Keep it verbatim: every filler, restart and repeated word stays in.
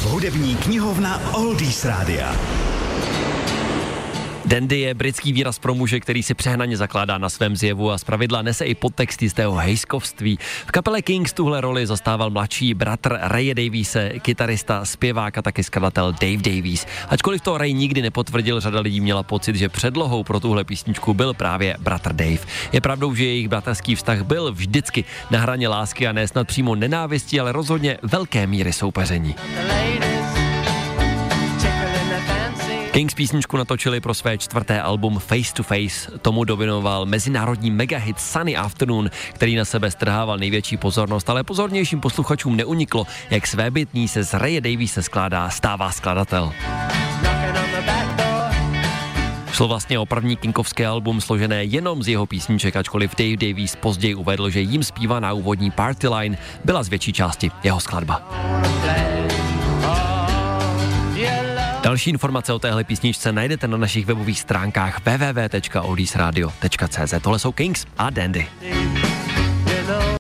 Hudební knihovna Oldies Rádia. Dandy je britský výraz pro muže, který si přehnaně zakládá na svém zjevu a zpravidla nese i podtext jistého hejskovství. V kapele Kings tuhle roli zastával mladší bratr Raye Daviese, kytarista, zpěvák a taky skladatel Dave Davies. Ačkoliv to Ray nikdy nepotvrdil, řada lidí měla pocit, že předlohou pro tuhle písničku byl právě bratr Dave. Je pravdou, že jejich bratrský vztah byl vždycky na hraně lásky a ne snad přímo nenávisti, ale rozhodně velké míry soupeření. Kings písničku natočili pro své čtvrté album Face to Face. Tomu dominoval mezinárodní megahit Sunny Afternoon, který na sebe strhával největší pozornost, ale pozornějším posluchačům neuniklo, jak svébytný se z Raye Daviese skládá stává skladatel. Šlo vlastně o první kingovské album složené jenom z jeho písniček, ačkoliv Dave Davies později uvedl, že jim zpívaná úvodní Party Line byla z větší části jeho skladba. Další informace o téhle písničce najdete na našich webových stránkách w w w tečka oldies radio tečka c z. Tohle jsou Kings a Dandy.